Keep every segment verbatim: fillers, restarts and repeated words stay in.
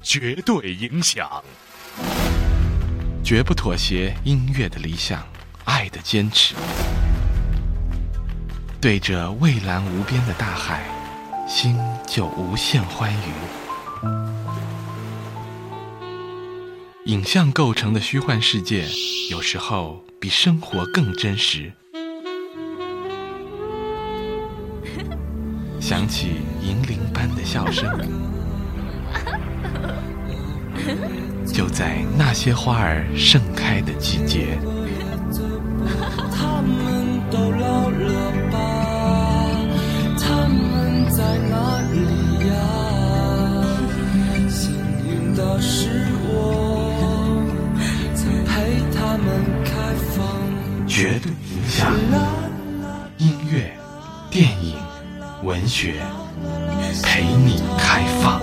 绝对影响， 绝不妥协音乐的理想，爱的坚持。对着蔚蓝无边的大海，心就无限欢愉。影像构成的虚幻世界，有时候比生活更真实。响起银铃般的笑声，就在那些花儿盛开的季节。 他们都老了吧？他们在哪里呀？幸运的是我曾陪他们开放。 绝对影响，音乐、电影、文学，陪你开放。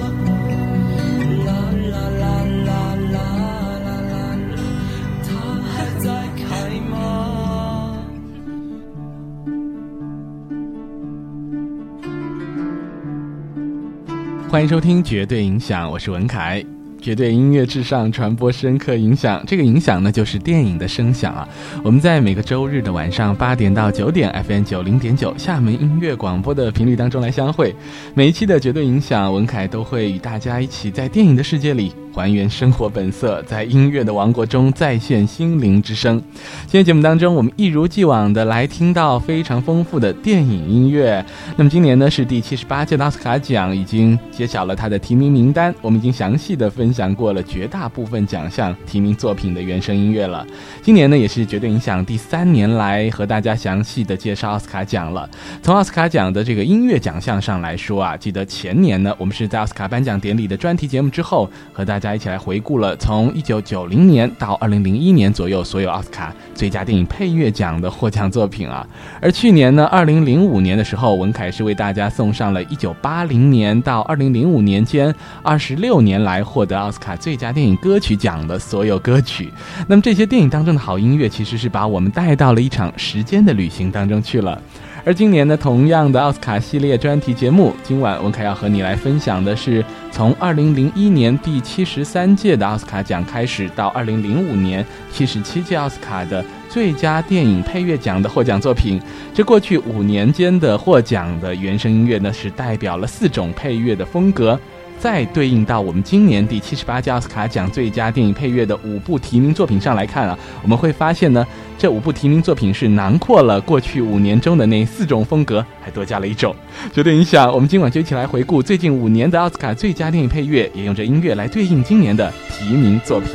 欢迎收听绝对影响，我是文凯。绝对音乐至上，传播深刻影响。这个影响呢，就是电影的声响啊。我们在每个周日的晚上八点到九点 F M 九零点九厦门音乐广播的频率当中来相会。每一期的绝对影响，文凯都会与大家一起在电影的世界里还原生活本色，在音乐的王国中再现心灵之声。今天节目当中，我们一如既往的来听到非常丰富的电影音乐。那么今年呢是第七十八届的奥斯卡奖已经揭晓了它的提名名单，我们已经详细的分享过了绝大部分奖项提名作品的原声音乐了。今年呢也是绝对影响第三年来和大家详细的介绍奥斯卡奖了。从奥斯卡奖的这个音乐奖项上来说啊，记得前年呢我们是在奥斯卡颁奖典礼的专题节目之后，和大家大家一起来回顾了从一九九零年到二零零一年左右所有奥斯卡最佳电影配乐奖的获奖作品啊。而去年呢二零零五年的时候，文凯是为大家送上了一九八零年到二零零五年间二十六年来获得奥斯卡最佳电影歌曲奖的所有歌曲。那么这些电影当中的好音乐其实是把我们带到了一场时间的旅行当中去了。而今年呢，同样的奥斯卡系列专题节目，今晚文凯要和你来分享的是从二零零一年第七十三届的奥斯卡奖开始，到二零零五年七十七届奥斯卡的最佳电影配乐奖的获奖作品。这过去五年间的获奖的原声音乐呢，是代表了四种配乐的风格。再对应到我们今年第七十八届奥斯卡奖最佳电影配乐的五部提名作品上来看啊，我们会发现呢，这五部提名作品是囊括了过去五年中的那四种风格，还多加了一种。绝对影响，我们今晚就一起来回顾最近五年的奥斯卡最佳电影配乐，也用这音乐来对应今年的提名作品。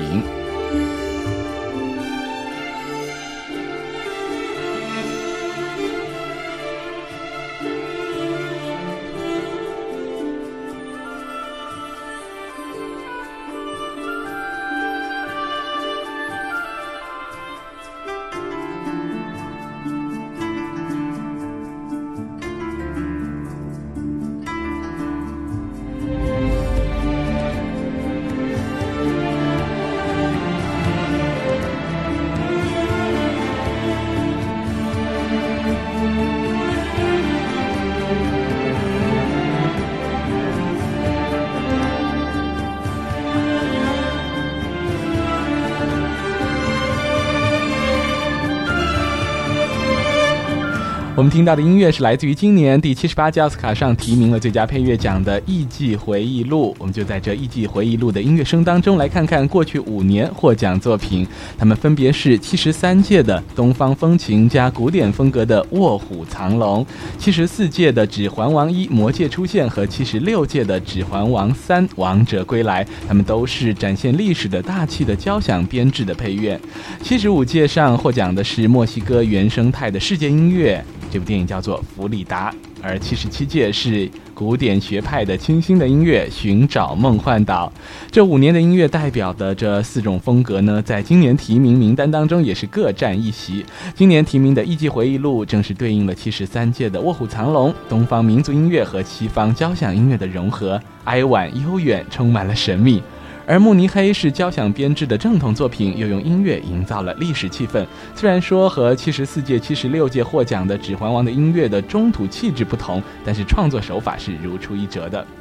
我们听到的音乐是来自于今年第七十八届奥斯卡上提名了最佳配乐奖的《艺伎回忆录》。我们就在这《艺伎回忆录》的音乐声当中来看看过去五年获奖作品，他们分别是七十三届的东方风情加古典风格的《卧虎藏龙》，七十四届的《指环王一魔戒出现》和七十六届的《指环王三王者归来》，他们都是展现历史的大气的交响编制的配乐。七十五届上获奖的是墨西哥原生态的世界音乐，这部电影叫做《弗里达》，而七十七届是古典学派的清新的音乐《寻找梦幻岛》。这五年的音乐代表的这四种风格呢，在今年提名名单当中也是各占一席。今年提名的《艺伎回忆录》正是对应了七十三届的《卧虎藏龙》，东方民族音乐和西方交响音乐的融合，哀婉悠远，充满了神秘。而慕尼黑是交响编制的正统作品，又用音乐营造了历史气氛。虽然说和七十四届、七十六届获奖的《指环王》的音乐的中土气质不同，但是创作手法是如出一辙的。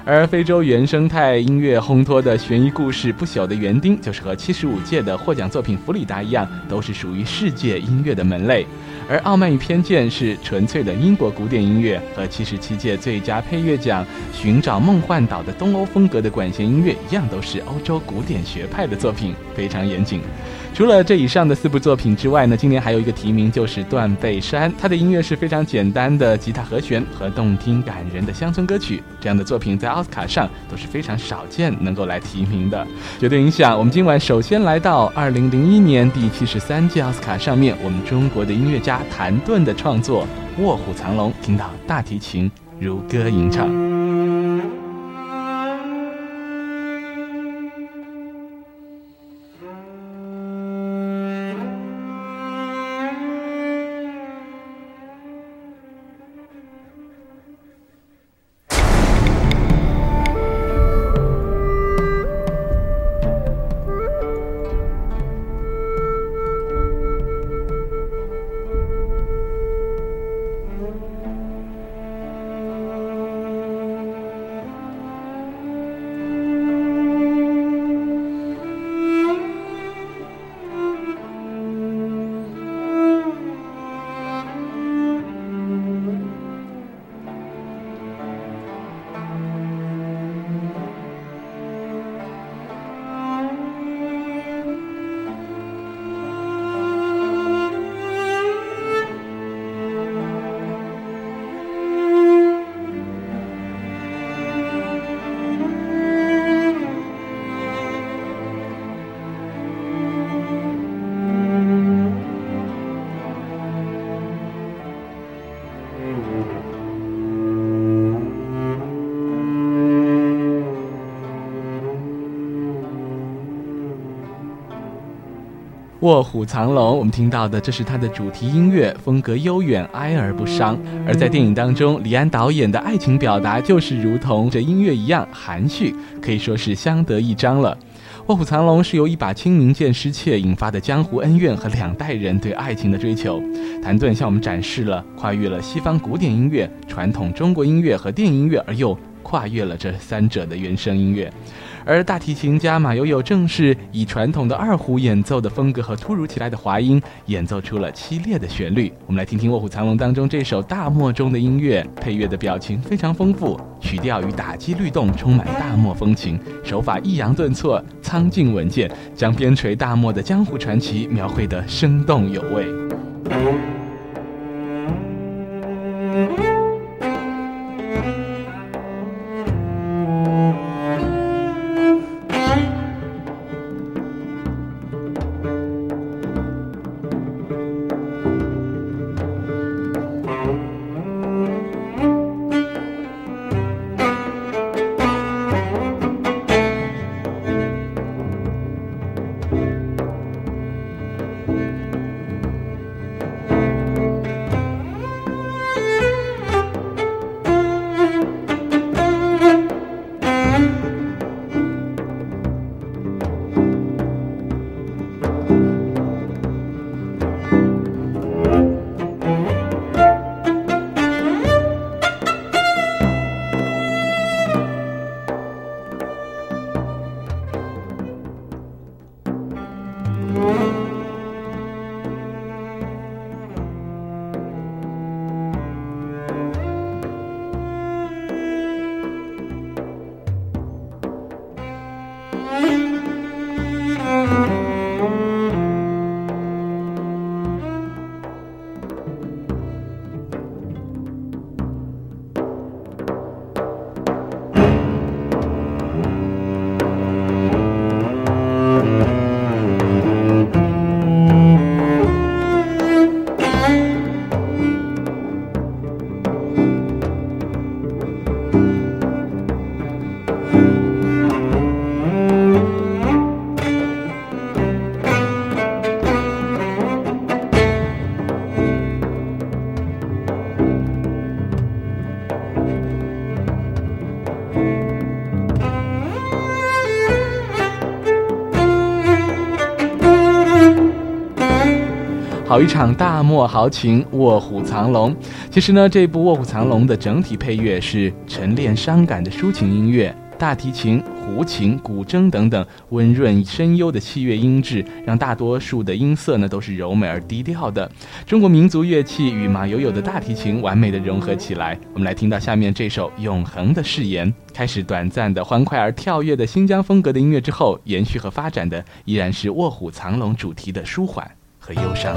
而非洲原生态音乐烘托的悬疑故事《不朽的园丁》就是和七十五届的获奖作品《弗里达》一样，都是属于世界音乐的门类。而《傲慢与偏见》是纯粹的英国古典音乐，和七十七届最佳配乐奖《寻找梦幻岛》的东欧风格的管弦音乐一样，都是欧洲古典学派的作品，非常严谨。除了这以上的四部作品之外呢，今年还有一个提名就是《断背山》，它的音乐是非常简单的吉他和弦和动听感人的乡村歌曲，这样的作品在奥斯卡上都是非常少见能够来提名的。绝对影响，我们今晚首先来到二零零一年第七十三届奥斯卡上面，我们中国的音乐家谭盾的创作《卧虎藏龙》，听到大提琴如歌吟唱。卧虎藏龙，我们听到的这是它的主题音乐，风格悠远，哀而不伤。而在电影当中，李安导演的爱情表达就是如同这音乐一样含蓄，可以说是相得益彰了。卧虎藏龙是由一把青冥剑失窃引发的江湖恩怨和两代人对爱情的追求。谭盾向我们展示了跨越了西方古典音乐、传统中国音乐和电影音乐，而又跨越了这三者的原声音乐。而大提琴家马友友正是以传统的二胡演奏的风格和突如其来的滑音，演奏出了凄烈的旋律。我们来听听《卧虎藏龙》当中这首大漠中的音乐，配乐的表情非常丰富，曲调与打击律动充满大漠风情，手法抑扬顿挫，苍劲稳健，将边陲大漠的江湖传奇描绘得生动有味。 好一场大漠豪情，卧虎藏龙。其实呢，这部《卧虎藏龙》的整体配乐是沉炼伤感的抒情音乐，大提琴、胡琴、古筝等等温润深幽的器乐音质，让大多数的音色呢都是柔美而低调的。中国民族乐器与马友友的大提琴完美的融合起来。我们来听到下面这首《永恒的誓言》，开始短暂的欢快而跳跃的新疆风格的音乐之后，延续和发展的依然是卧虎藏龙主题的舒缓和忧伤。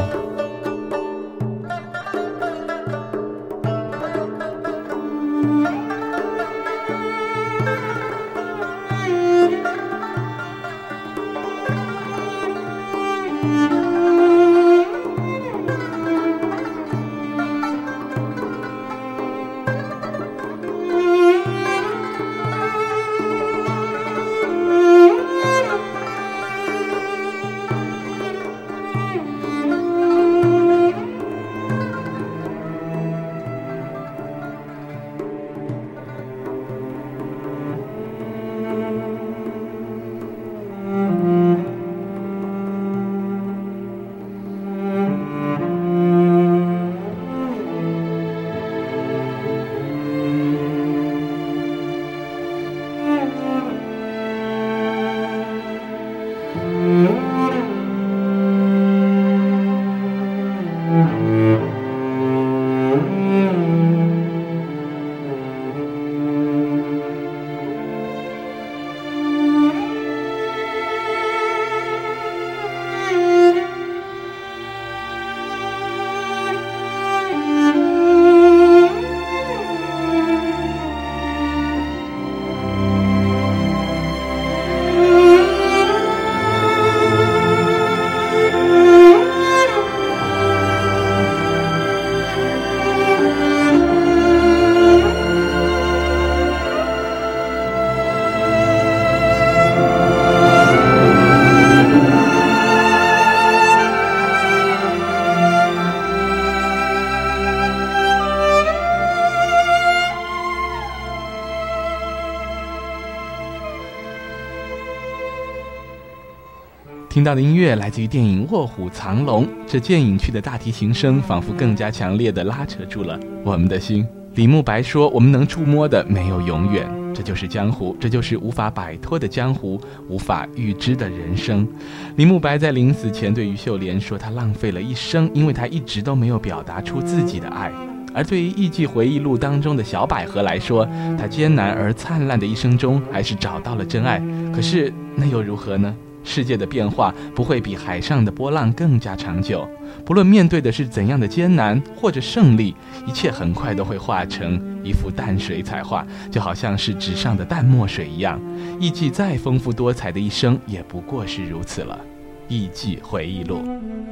听到的音乐来自于电影《卧虎藏龙》，这渐隐去的大提琴声仿佛更加强烈地拉扯住了我们的心。李慕白说，我们能触摸的没有永远，这就是江湖，这就是无法摆脱的江湖，无法预知的人生。李慕白在临死前对于秀莲说，他浪费了一生，因为他一直都没有表达出自己的爱。而对于艺伎回忆录当中的小百合来说，他艰难而灿烂的一生中还是找到了真爱。可是那又如何呢？世界的变化不会比海上的波浪更加长久，不论面对的是怎样的艰难或者胜利，一切很快都会化成一幅淡水彩画，就好像是纸上的淡墨水一样。艺伎再丰富多彩的一生也不过是如此了。艺伎回忆录。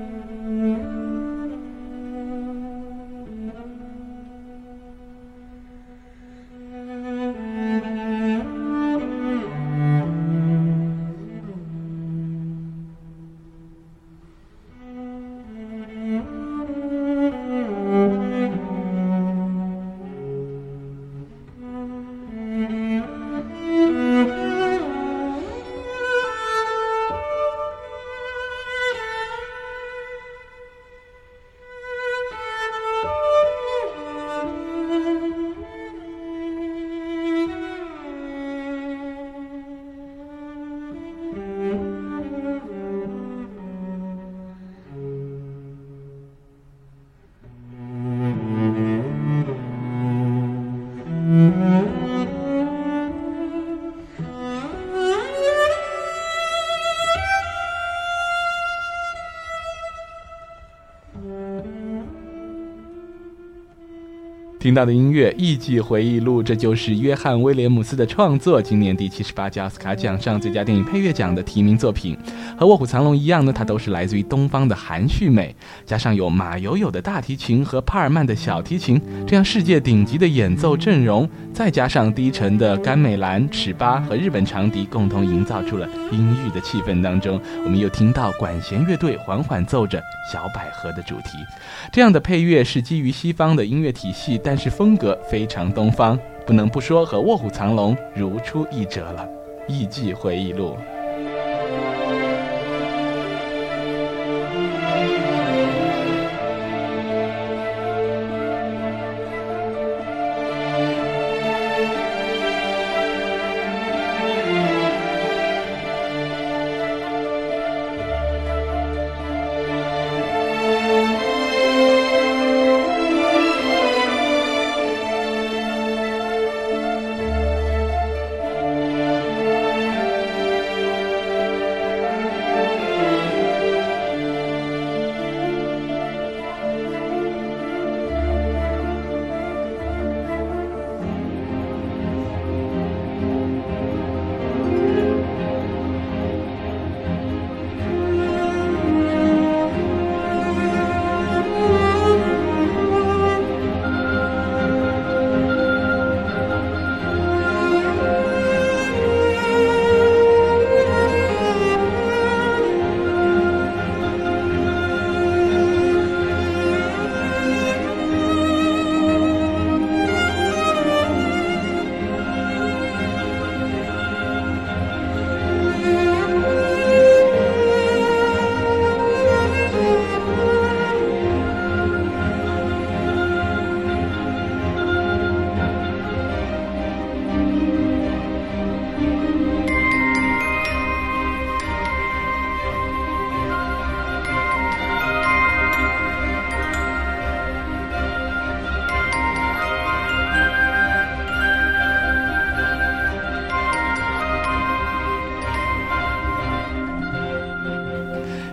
听到的音乐《艺伎回忆录》，这就是约翰·威廉姆斯的创作，今年第七十八届奥斯卡奖上最佳电影配乐奖的提名作品。和《卧虎藏龙》一样呢，它都是来自于东方的含蓄美，加上有马友友的大提琴和帕尔曼的小提琴，这样世界顶级的演奏阵容，再加上低沉的甘美兰、尺八和日本长笛，共同营造出了阴郁的气氛当中，我们又听到管弦乐队缓缓奏着小百合的主题。这样的配乐是基于西方的音乐体系，但是风格非常东方，不能不说和《卧虎藏龙》如出一辙了。艺伎回忆录。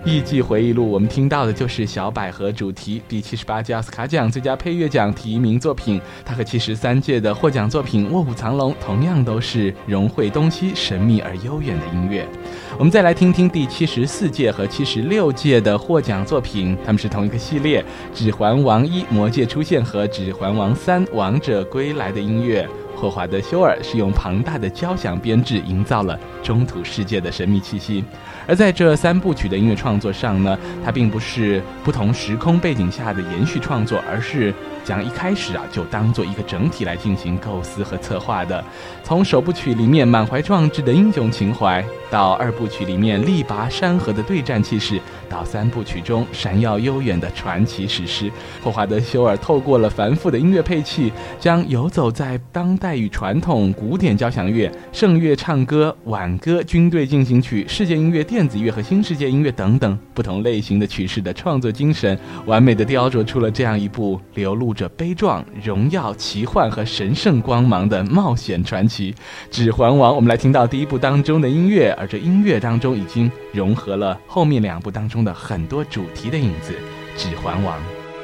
艺伎回忆录，我们听到的就是小百合主题第七十八届奥斯卡奖最佳配乐奖提名作品，它和七十三届的获奖作品《卧虎藏龙》同样都是融汇东西神秘而悠远的音乐。我们再来听听第七十四届和七十六届的获奖作品，他们是同一个系列，《指环王一魔界出现》和《指环王三王者归来》的音乐。霍华德·休尔是用庞大的交响编制营造了中土世界的神秘气息，而在这三部曲的音乐创作上呢，它并不是不同时空背景下的延续创作，而是将一开始啊就当做一个整体来进行构思和策划的。从首部曲里面满怀壮志的英雄情怀，到二部曲里面力拔山河的对战气势，到三部曲中闪耀悠远的传奇史诗，霍华德·休尔透过了繁复的音乐配器，将游走在当代与传统古典交响乐、圣乐唱歌、挽歌、军队进行曲、世界音乐、电子乐和新世界音乐等等不同类型的曲式的创作精神，完美的雕琢出了这样一部流露着悲壮、荣耀、奇幻和神圣光芒的冒险传奇《指环王》。我们来听到第一部当中的音乐，而这音乐当中已经融合了后面两部当中的很多主题的影子，《指环王》。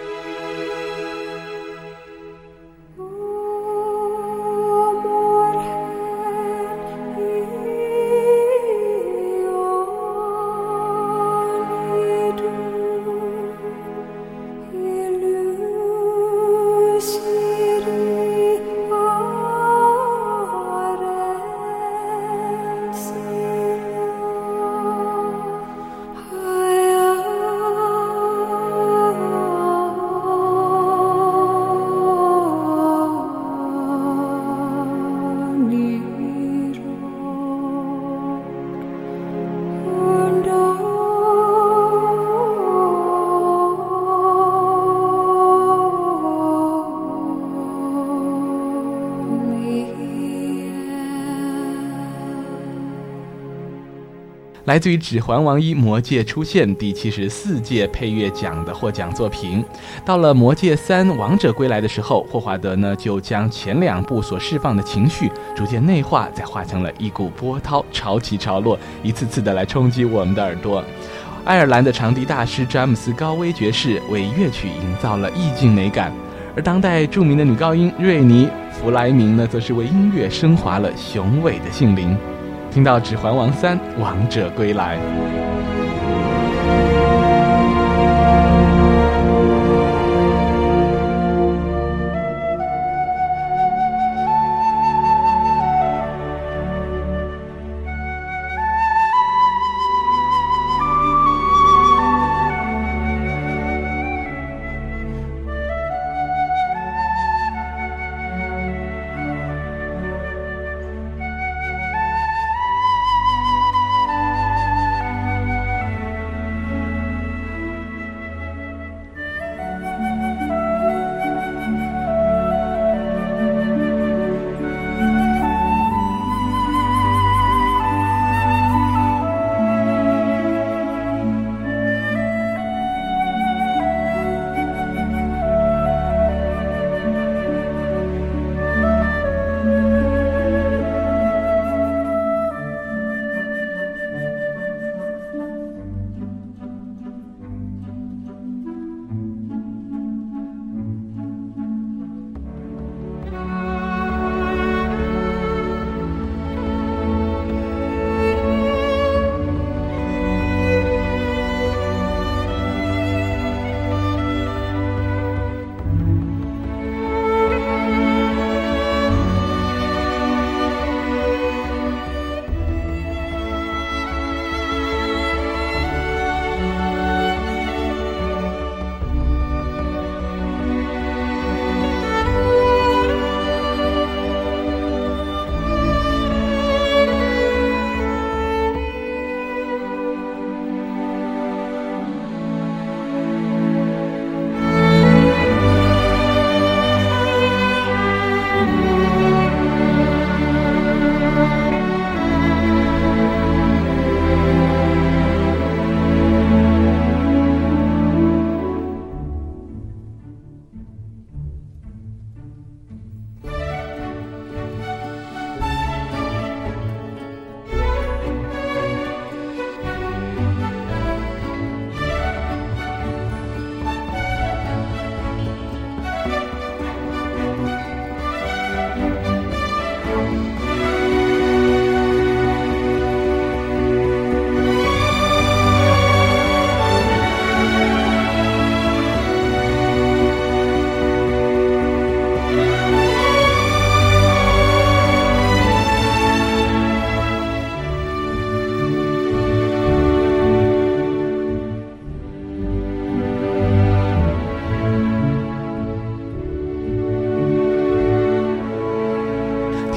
来自于《指环王一魔界出现》第七十四届配乐奖的获奖作品。到了《魔戒三王者归来》的时候，霍华德呢就将前两部所释放的情绪逐渐内化，再化成了一股波涛，潮起潮落，一次次的来冲击我们的耳朵。爱尔兰的长笛大师詹姆斯高威爵士为乐曲营造了意境美感，而当代著名的女高音瑞尼·弗莱明呢，则是为音乐升华了雄伟的性灵。听到《指环王三王者归来》。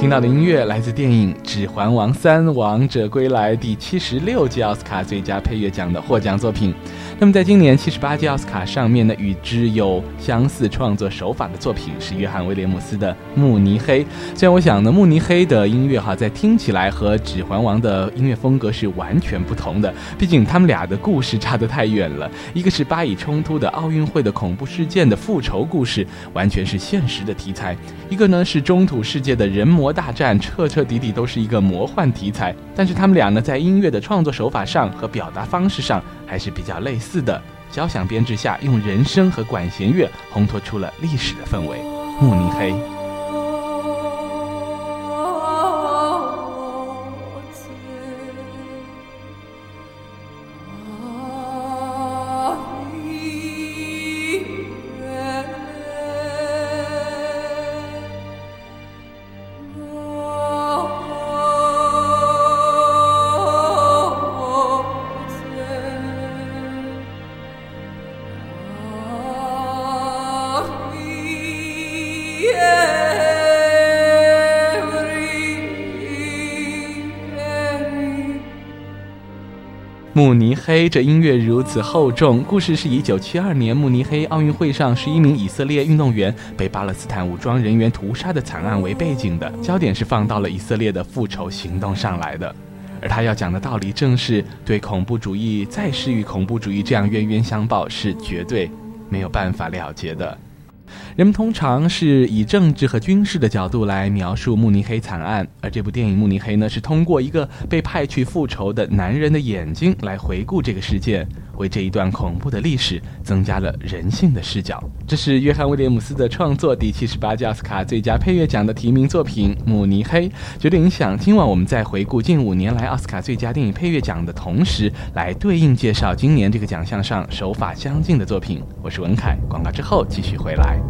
听到的音乐来自电影《指环王三：王者归来》第七十六届奥斯卡最佳配乐奖的获奖作品。那么在今年七十八届奥斯卡上面呢，与之有相似创作手法的作品是约翰威廉姆斯的《慕尼黑》。虽然我想呢，慕尼黑的音乐哈，在听起来和《指环王》的音乐风格是完全不同的，毕竟他们俩的故事差得太远了。一个是巴以冲突的奥运会的恐怖事件的复仇故事，完全是现实的题材；一个呢是中土世界的人魔大战，彻彻底底都是一个魔幻题材。但是他们俩呢，在音乐的创作手法上和表达方式上还是比较类似的。交响编制下，用人声和管弦乐烘托出了历史的氛围。慕尼黑。慕尼黑，这音乐如此厚重。故事是以一九七二年慕尼黑奥运会上十一名以色列运动员被巴勒斯坦武装人员屠杀的惨案为背景的，焦点是放到了以色列的复仇行动上来的。而他要讲的道理正是，对恐怖主义再施与恐怖主义这样冤冤相报是绝对没有办法了结的。人们通常是以政治和军事的角度来描述慕尼黑惨案，而这部电影《慕尼黑》呢，是通过一个被派去复仇的男人的眼睛来回顾这个事件，为这一段恐怖的历史增加了人性的视角。这是约翰威廉姆斯的创作，第七十八届奥斯卡最佳配乐奖的提名作品《慕尼黑》。绝对影响，今晚我们在回顾近五年来奥斯卡最佳电影配乐奖的同时，来对应介绍今年这个奖项上手法相近的作品。我是文凯，广告之后继续回来。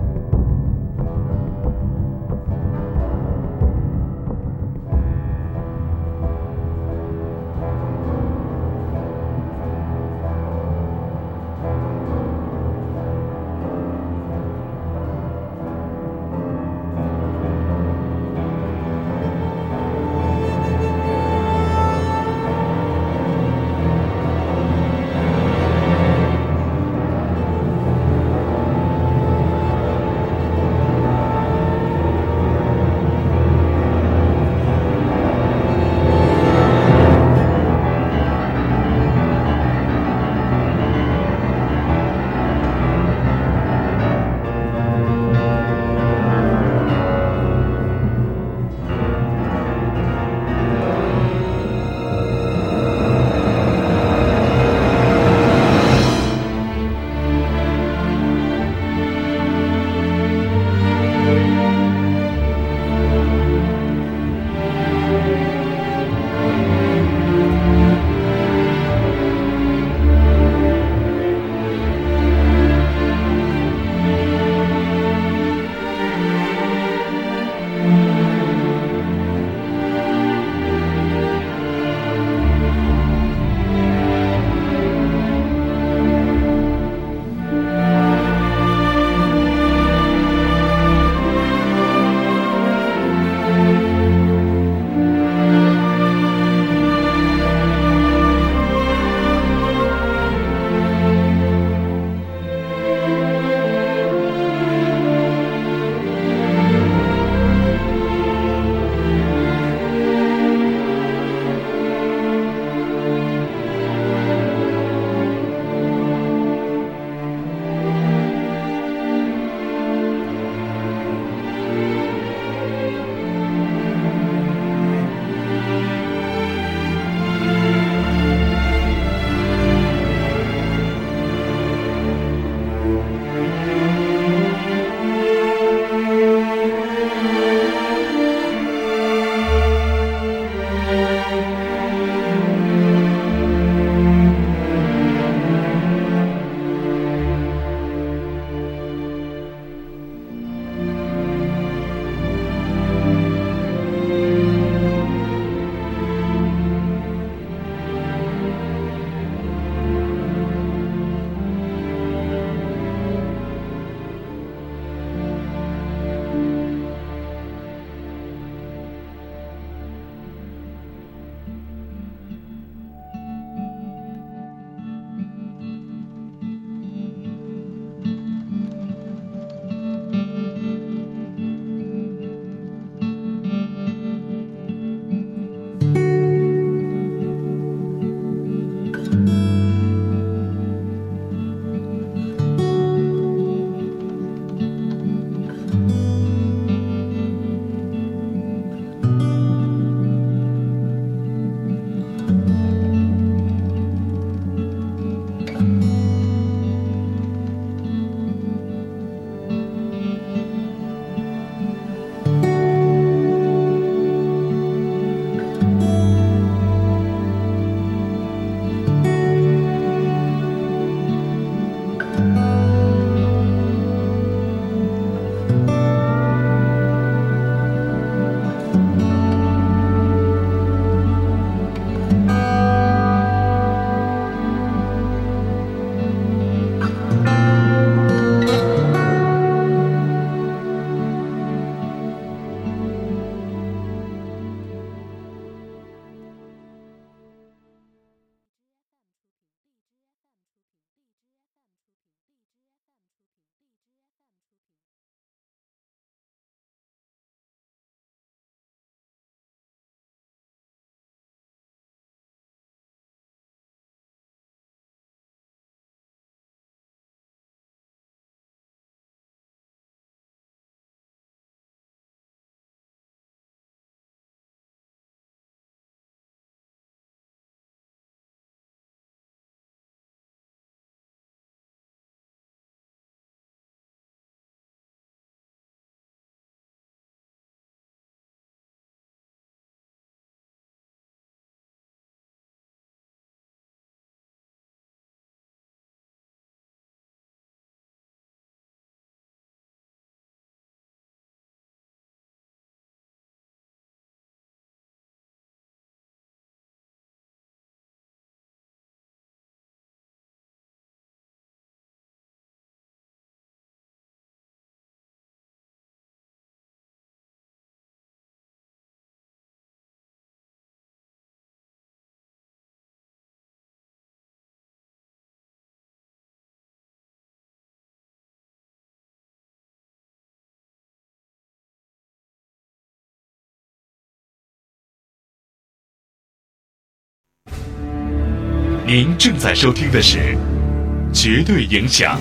您正在收听的是绝对影响。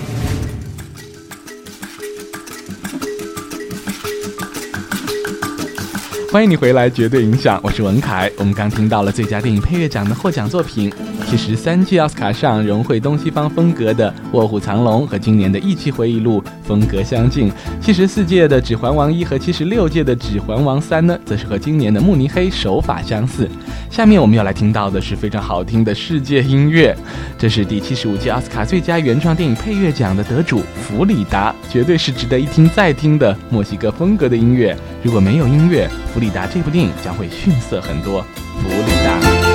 欢迎你回来，绝对影响，我是文凯。我们刚听到了最佳电影配乐奖的获奖作品，其实三届奥斯卡上融汇东西方风格的《卧虎藏龙》和今年的《一期回忆录》风格相近，七十四届的《指环王一》和七十六届的《指环王三》呢，则是和今年的《慕尼黑》手法相似。下面我们要来听到的是非常好听的世界音乐，这是第七十五届奥斯卡最佳原创电影配乐奖的得主弗里达，绝对是值得一听再听的墨西哥风格的音乐。如果没有音乐，弗里达这部电影将会逊色很多。弗里达。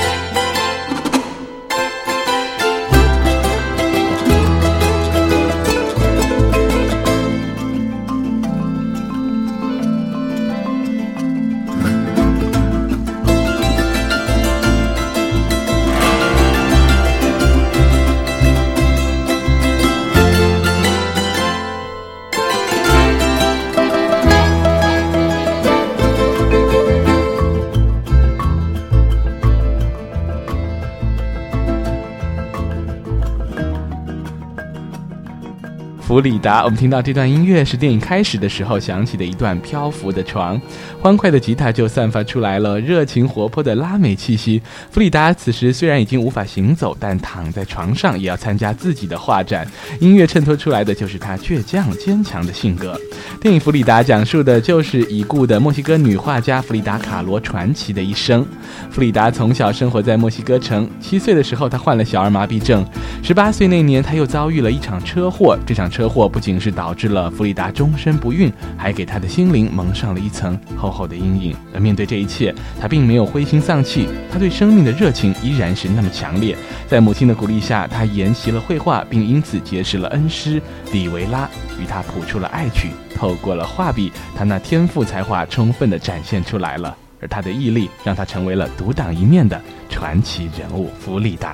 弗里达，我们听到这段音乐是电影开始的时候响起的一段漂浮的床，欢快的吉他就散发出来了热情活泼的拉美气息。弗里达此时虽然已经无法行走，但躺在床上也要参加自己的画展，音乐衬托出来的就是他倔强坚强的性格。电影《弗里达》讲述的就是已故的墨西哥女画家弗里达·卡罗传奇的一生。弗里达从小生活在墨西哥城，七岁的时候她患了小儿麻痹症，十八岁那年她又遭遇了一场车祸，这场车祸不仅是导致了弗里达终身不孕，还给她的心灵蒙上了一层厚厚的阴影。而面对这一切，她并没有灰心丧气，她对生命的热情依然是那么强烈。在母亲的鼓励下，她研习了绘画，并因此结识了恩师里维拉，与他谱出了爱曲。透过了画笔，他那天赋才华充分地展现出来了，而他的毅力让他成为了独当一面的传奇人物弗里达。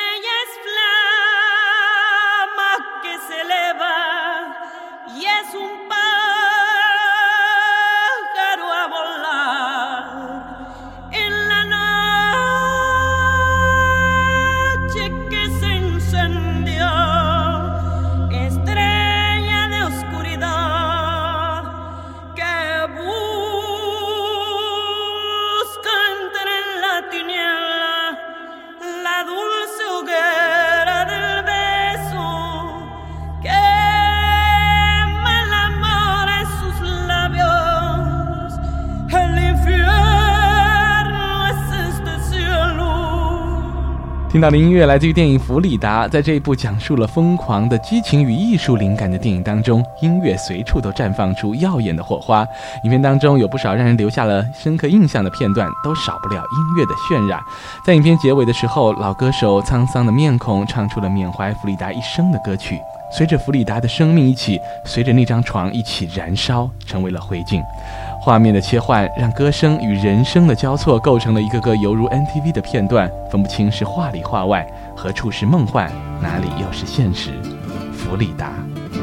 听到的音乐来自于电影《弗里达》。在这一部讲述了疯狂的激情与艺术灵感的电影当中，音乐随处都绽放出耀眼的火花。影片当中有不少让人留下了深刻印象的片段，都少不了音乐的渲染。在影片结尾的时候，老歌手沧桑的面孔唱出了缅怀弗里达一生的歌曲，随着弗里达的生命一起，随着那张床一起燃烧，成为了灰烬。画面的切换让歌声与人声的交错构成了一个个犹如 N T V 的片段，分不清是画里画外，何处是梦幻，哪里又是现实。弗里达。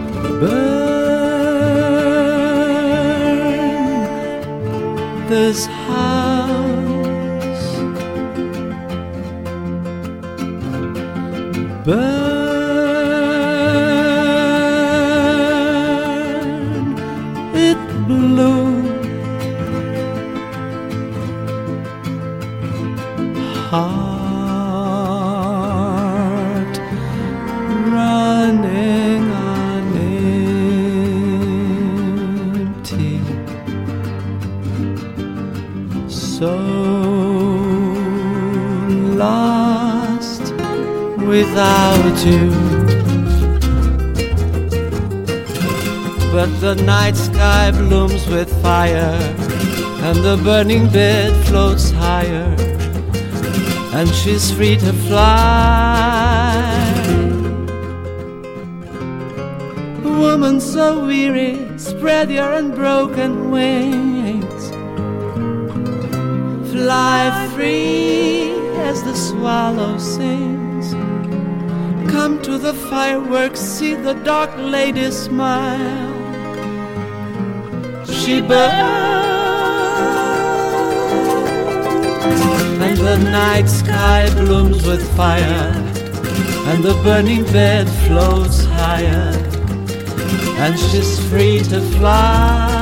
Burn this house, burn it blue. Heart running on empty, so lost without you. But the night sky blooms with fire, and the burning bed floats higher, and she's free to fly. Woman so weary, spread your unbroken wings. Fly free as the swallow sings. Come to the fireworks, see the dark lady smile. She burns And the night sky blooms with fire, and the burning bed floats higher, and she's free to fly。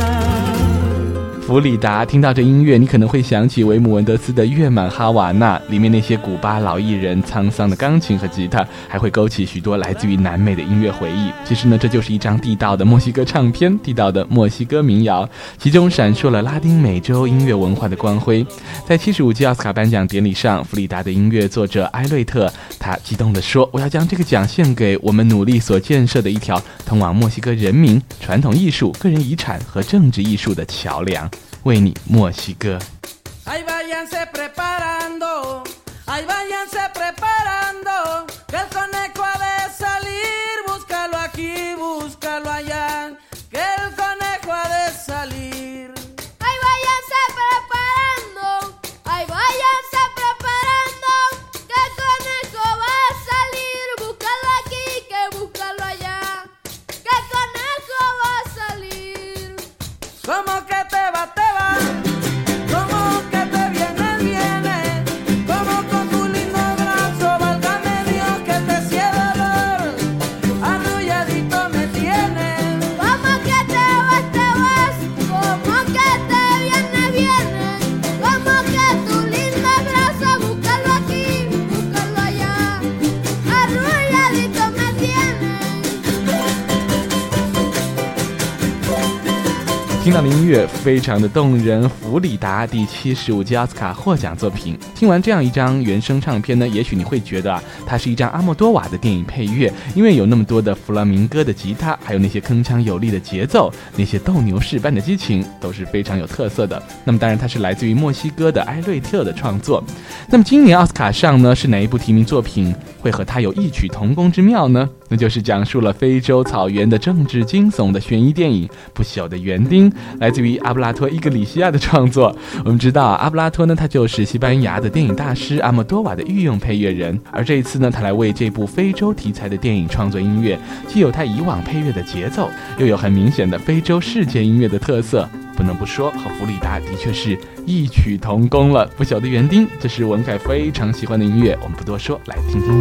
弗里达，听到这音乐，你可能会想起维姆文德斯的《月满哈瓦那》，里面那些古巴老艺人沧桑的钢琴和吉他，还会勾起许多来自于南美的音乐回忆。其实呢，这就是一张地道的墨西哥唱片，地道的墨西哥民谣，其中闪烁了拉丁美洲音乐文化的光辉。在七十五届奥斯卡颁奖典礼上，弗里达的音乐作者埃瑞特，他激动地说：“我要将这个奖献给我们努力所建设的一条通往墨西哥人民、传统艺术、个人遗产和政治艺术的桥梁。”为你墨西哥。 Ay, váyanse preparando, ay, váyanse preparando, que el conejo ha de salir, búscalo aquí, búscalo allá, que el conejo ha de salir. Ay, váyanse preparando, ay, váyanse preparando, que el conejo va a salir, búscalo aquí, que búscalo allá, que el conejo va a salir. ¿Cómo que te va, te va? ¿Cómo que te viene, viene? ¿Cómo con tu lindo brazo, válgame Dios, que te cierra dolor? Arrulladito me tienes. ¿Cómo que te vas, te vas? ¿Cómo que te viene, viene? ¿Cómo que tu lindo brazo, búscalo aquí, búscalo allá? Arrulladito me tienes. 听到的音乐非常的动人，弗里达第七十五届奥斯卡获奖作品。听完这样一张原声唱片呢，也许你会觉得啊，它是一张阿莫多瓦的电影配乐，因为有那么多的弗拉明戈的吉他，还有那些铿锵有力的节奏，那些斗牛士般的激情，都是非常有特色的。那么当然，它是来自于墨西哥的埃瑞特的创作。那么今年奥斯卡上呢，是哪一部提名作品会和它有异曲同工之妙呢？那就是讲述了非洲草原的政治惊悚的悬疑电影《不朽的园丁》，来自于阿布拉托·伊格里西亚的创作。我们知道阿布拉托呢，他就是西班牙的电影大师阿莫多瓦的御用配乐人，而这一次呢，他来为这部非洲题材的电影创作音乐，既有他以往配乐的节奏，又有很明显的非洲世界音乐的特色。不能不说，和弗里达的确是异曲同工了。不朽的园丁，这是文凯非常喜欢的音乐，我们不多说，来听听吧。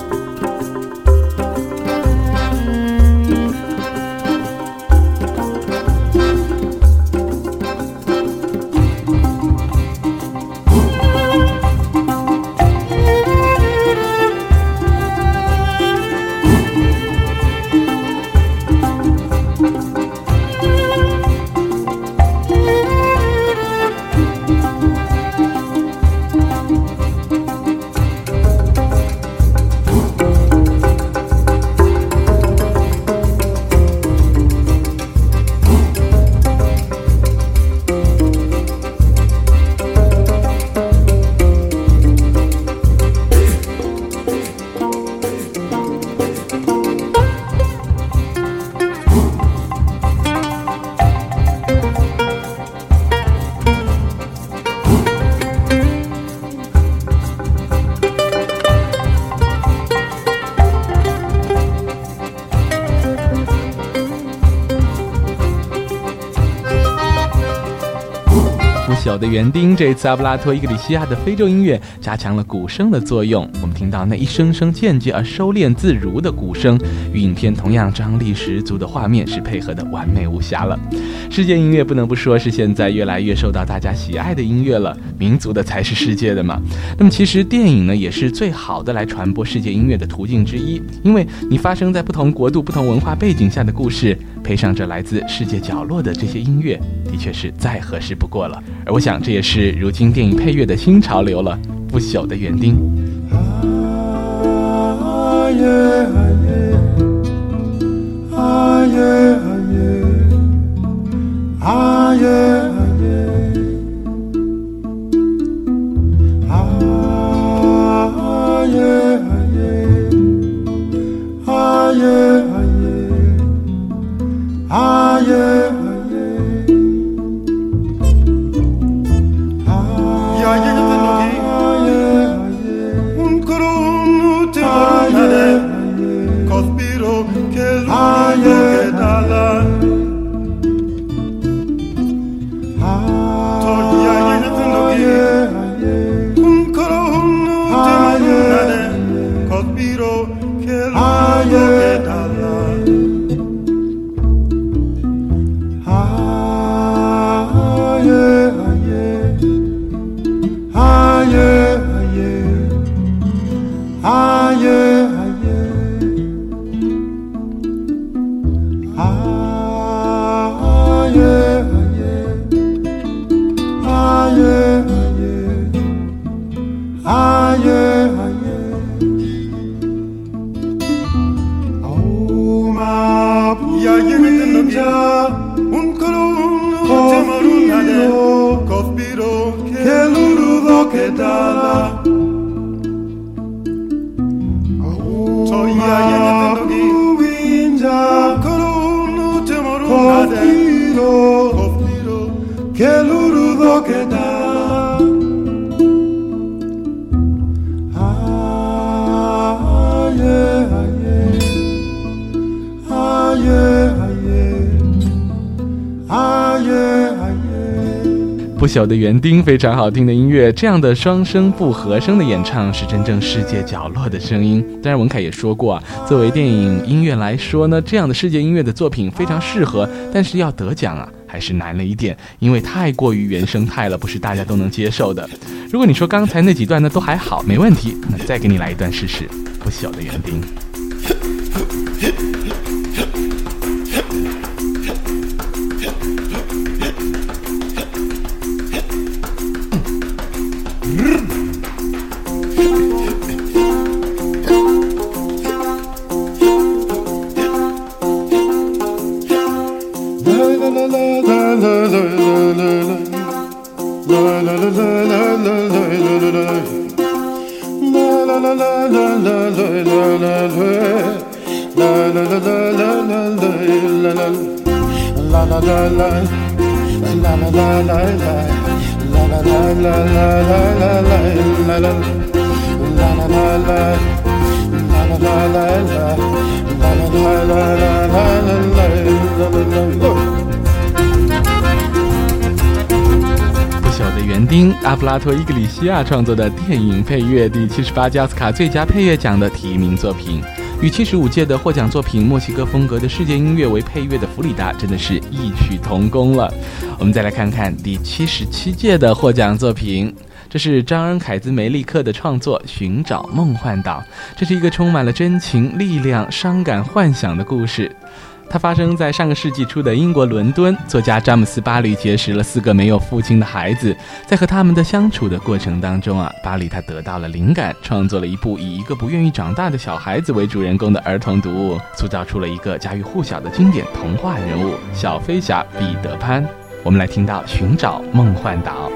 小的园丁，这一次阿布拉托·伊格里西亚的非洲音乐加强了鼓声的作用，我们听到那一声声间接而收敛自如的鼓声，与影片同样张力十足的画面是配合的完美无瑕了。世界音乐不能不说是现在越来越受到大家喜爱的音乐了，民族的才是世界的嘛。那么其实电影呢，也是最好的来传播世界音乐的途径之一，因为你发生在不同国度、不同文化背景下的故事，配上着来自世界角落的这些音乐，的确是再合适不过了。而我想这也是如今电影配乐的新潮流了，不朽的园丁。啊耶啊耶啊耶啊耶啊耶啊耶啊耶。 아예 아예 아우마 부인자 운크룬 호테마룬하데 코피로 켈루루도 케달라 아우마 부인자 운크룬 호테마룬하데 코피로 켈루루도 케달라 不朽的园丁，非常好听的音乐，这样的双声部和声的演唱是真正世界角落的声音。当然文凯也说过啊，作为电影音乐来说呢，这样的世界音乐的作品非常适合，但是要得奖啊还是难了一点，因为太过于原生态了，不是大家都能接受的。如果你说刚才那几段呢都还好，没问题，那再给你来一段试试。不朽的园丁。不朽的园丁，阿布拉托·伊格里西亚创作的电影配乐，第七十八届奥斯卡最佳配乐奖的提名作品。与七十五届的获奖作品墨西哥风格的世界音乐为配乐的弗里达真的是异曲同工了。我们再来看看第七十七届的获奖作品，这是张恩凯兹梅利克的创作《寻找梦幻岛》，这是一个充满了真情、力量、伤感、幻想的故事。它发生在上个世纪初的英国伦敦，作家詹姆斯·巴里结识了四个没有父亲的孩子，在和他们的相处的过程当中啊，巴里他得到了灵感，创作了一部以一个不愿意长大的小孩子为主人公的儿童读物，塑造出了一个家喻户晓的经典童话人物小飞侠彼得潘。我们来听到《寻找梦幻岛》。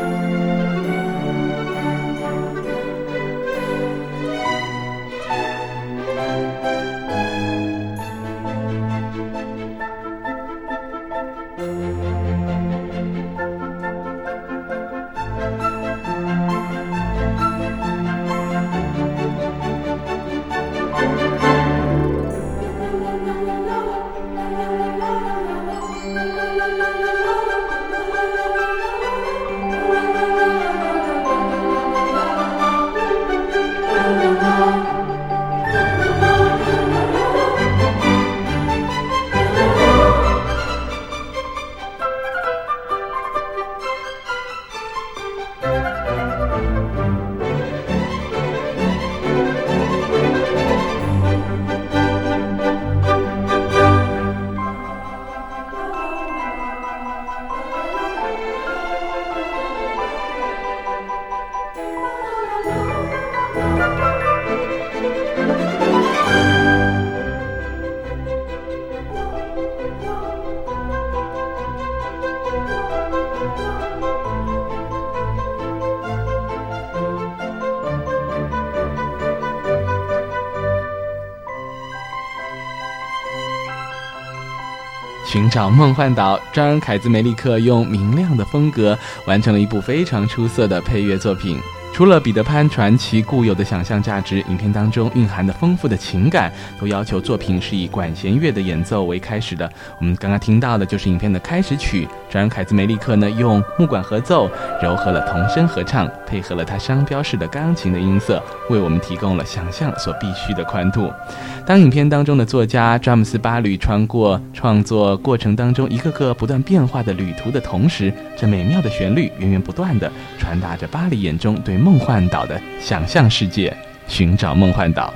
寻找梦幻岛，张恩凯兹梅利克用明亮的风格完成了一部非常出色的配乐作品。除了彼得潘传奇固有的想象价值，影片当中蕴含的丰富的情感都要求作品是以管弦乐的演奏为开始的。我们刚刚听到的就是影片的开始曲，张恩凯兹梅利克呢用木管合奏糅合了童声合唱，配合了他商标式的钢琴的音色，为我们提供了想象所必须的宽度。当影片当中的作家詹姆斯·巴吕穿过创作过程当中一个个不断变化的旅途的同时，这美妙的旋律源源不断地传达着巴黎眼中对梦幻岛的想象世界。寻找梦幻岛。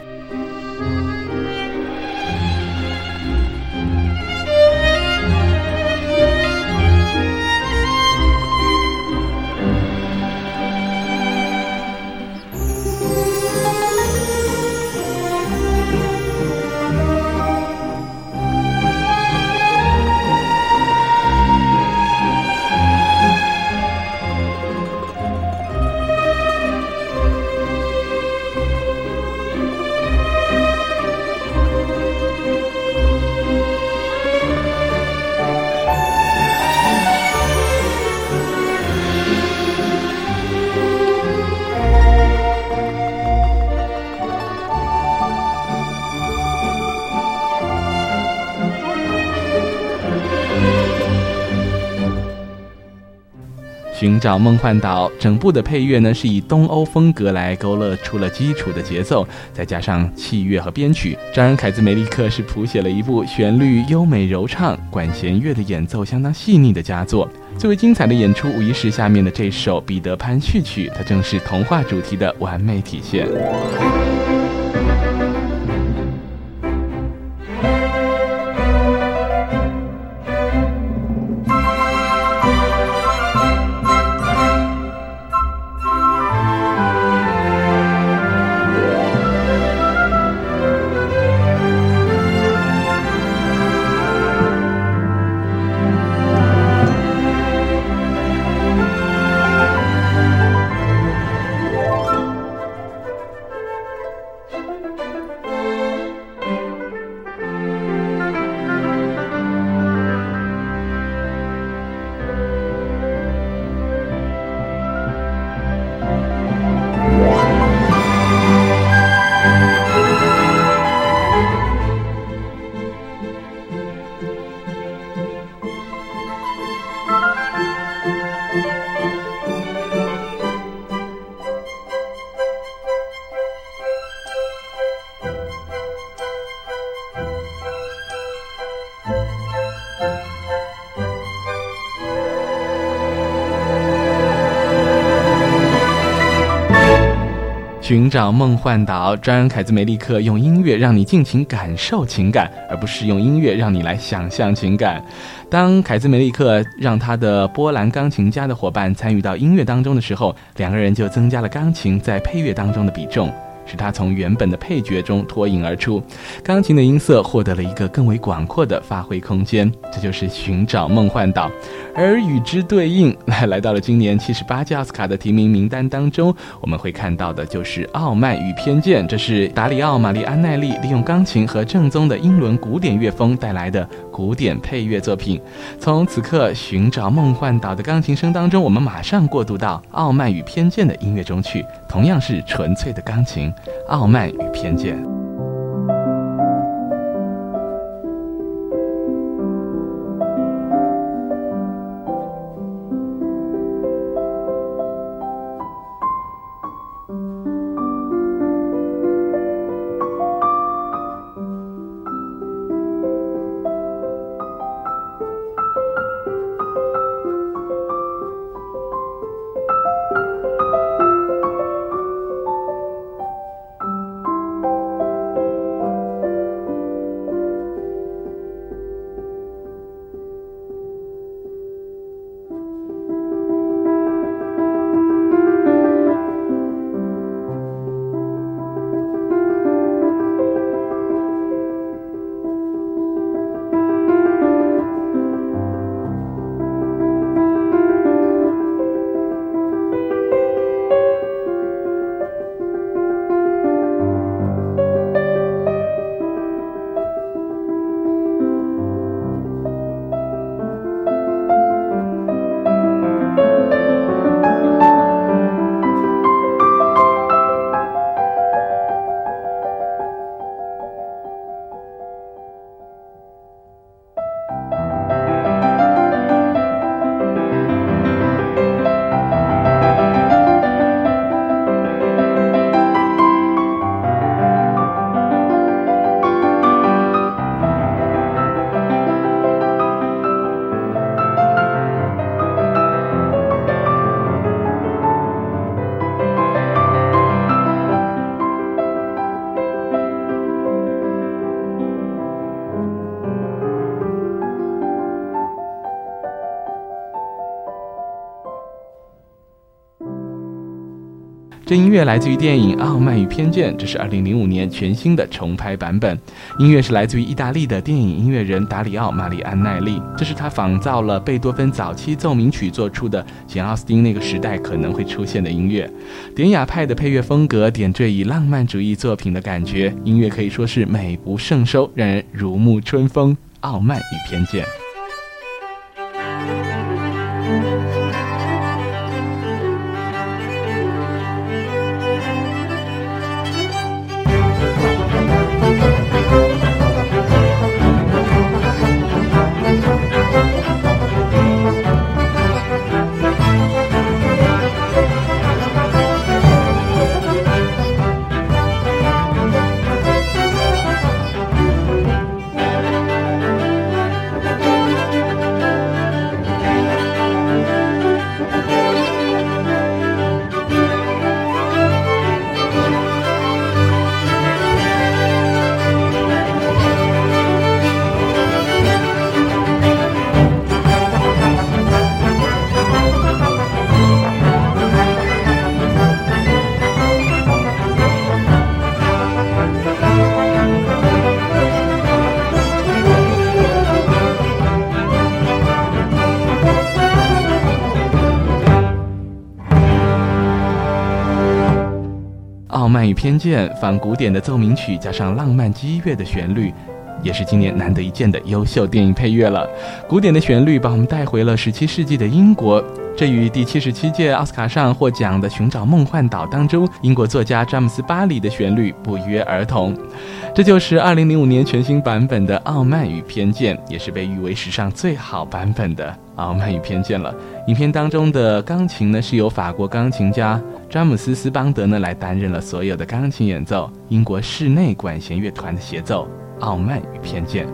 寻找梦幻岛整部的配乐呢是以东欧风格来勾勒出了基础的节奏，再加上器乐和编曲，张恩凯兹梅利克是谱写了一部旋律优美柔畅、管弦乐的演奏相当细腻的佳作。最为精彩的演出无疑是下面的这首彼得潘序曲，它正是童话主题的完美体现。寻找梦幻岛，张恩凯兹梅利克用音乐让你尽情感受情感，而不是用音乐让你来想象情感。当凯兹梅利克让他的波兰钢琴家的伙伴参与到音乐当中的时候，两个人就增加了钢琴在配乐当中的比重，使他从原本的配角中脱颖而出，钢琴的音色获得了一个更为广阔的发挥空间，这就是寻找梦幻岛。而与之对应，来到了今年七十八届奥斯卡的提名名单当中，我们会看到的就是《傲慢与偏见》，这是达里奥·玛丽安奈利利用钢琴和正宗的英伦古典乐风带来的古典配乐作品。从此刻寻找梦幻岛的钢琴声当中，我们马上过渡到《傲慢与偏见》的音乐中去，同样是纯粹的钢琴，《傲慢与偏见》。这音乐来自于电影《傲慢与偏见》，这是二零零五年全新的重拍版本。音乐是来自于意大利的电影音乐人达里奥·玛丽安奈利，这是他仿造了贝多芬早期奏鸣曲做出的简·奥斯汀那个时代可能会出现的音乐。典雅派的配乐风格点缀以浪漫主义作品的感觉，音乐可以说是美不胜收，让人如沐春风。傲慢与偏见。 慢与偏见》仿古典的奏鸣曲加上浪漫激越的旋律，也是今年难得一见的优秀电影配乐了。古典的旋律把我们带回了十七世纪的英国，这与第七十七届奥斯卡上获奖的《寻找梦幻岛》当中英国作家詹姆斯·巴里的旋律不约而同。这就是二零零五年全新版本的《傲慢与偏见》，也是被誉为史上最好版本的《傲慢与偏见》了。影片当中的钢琴呢，是由法国钢琴家詹姆斯·斯邦德呢来担任了所有的钢琴演奏，英国室内管弦乐团的协奏。傲慢与偏见。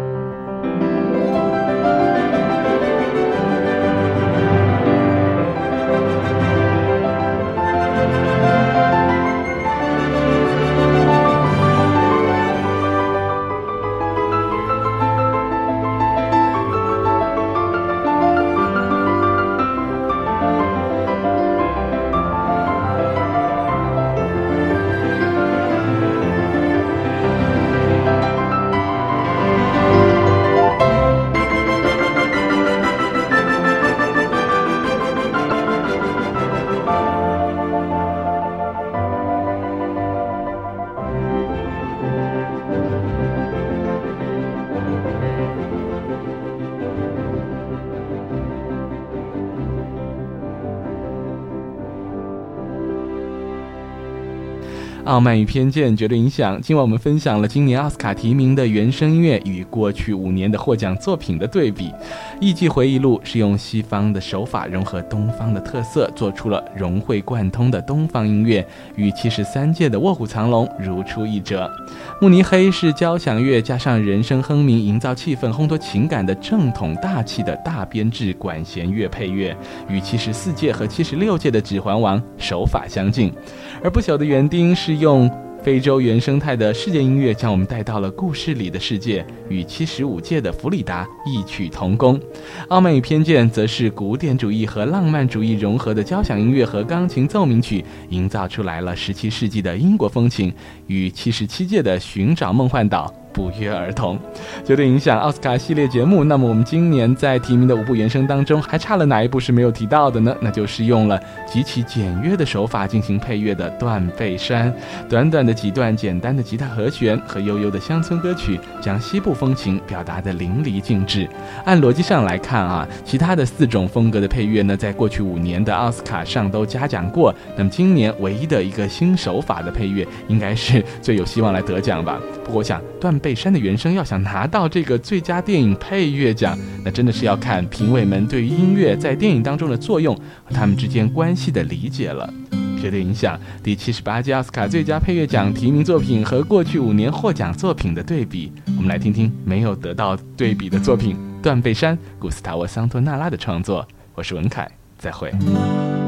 傲慢与偏见绝对影响。今晚我们分享了今年奥斯卡提名的原声音乐与过去五年的获奖作品的对比。艺伎回忆录是用西方的手法融合东方的特色，做出了融会贯通的东方音乐，与七十三届的卧虎藏龙如出一辙。慕尼黑是交响乐加上人声哼鸣，营造气氛烘托情感的正统大气的大编制管弦乐配乐，与七十四届和七十六届的指环王手法相近。而不朽的园丁是用非洲原生态的世界音乐将我们带到了故事里的世界，与七十五届的弗里达异曲同工。傲慢与偏见则是古典主义和浪漫主义融合的交响音乐和钢琴奏鸣曲，营造出来了十七世纪的英国风情，与七十七届的寻找梦幻岛不约而同。绝对影响奥斯卡系列节目，那么我们今年在提名的五部原声当中，还差了哪一部是没有提到的呢？那就是用了极其简约的手法进行配乐的《断背山》。短短的几段简单的吉他和弦和悠悠的乡村歌曲，将西部风情表达得淋漓尽致。按逻辑上来看啊，其他的四种风格的配乐呢，在过去五年的奥斯卡上都嘉奖过，那么今年唯一的一个新手法的配乐，应该是最有希望来得奖吧。不过我想断背山的原声要想拿到这个最佳电影配乐奖，那真的是要看评委们对于音乐在电影当中的作用和他们之间关系的理解了。绝对影响第七十八届奥斯卡最佳配乐奖提名作品和过去五年获奖作品的对比。我们来听听没有得到对比的作品《断背山》，古斯塔沃·桑托纳拉的创作。我是文凯，再会。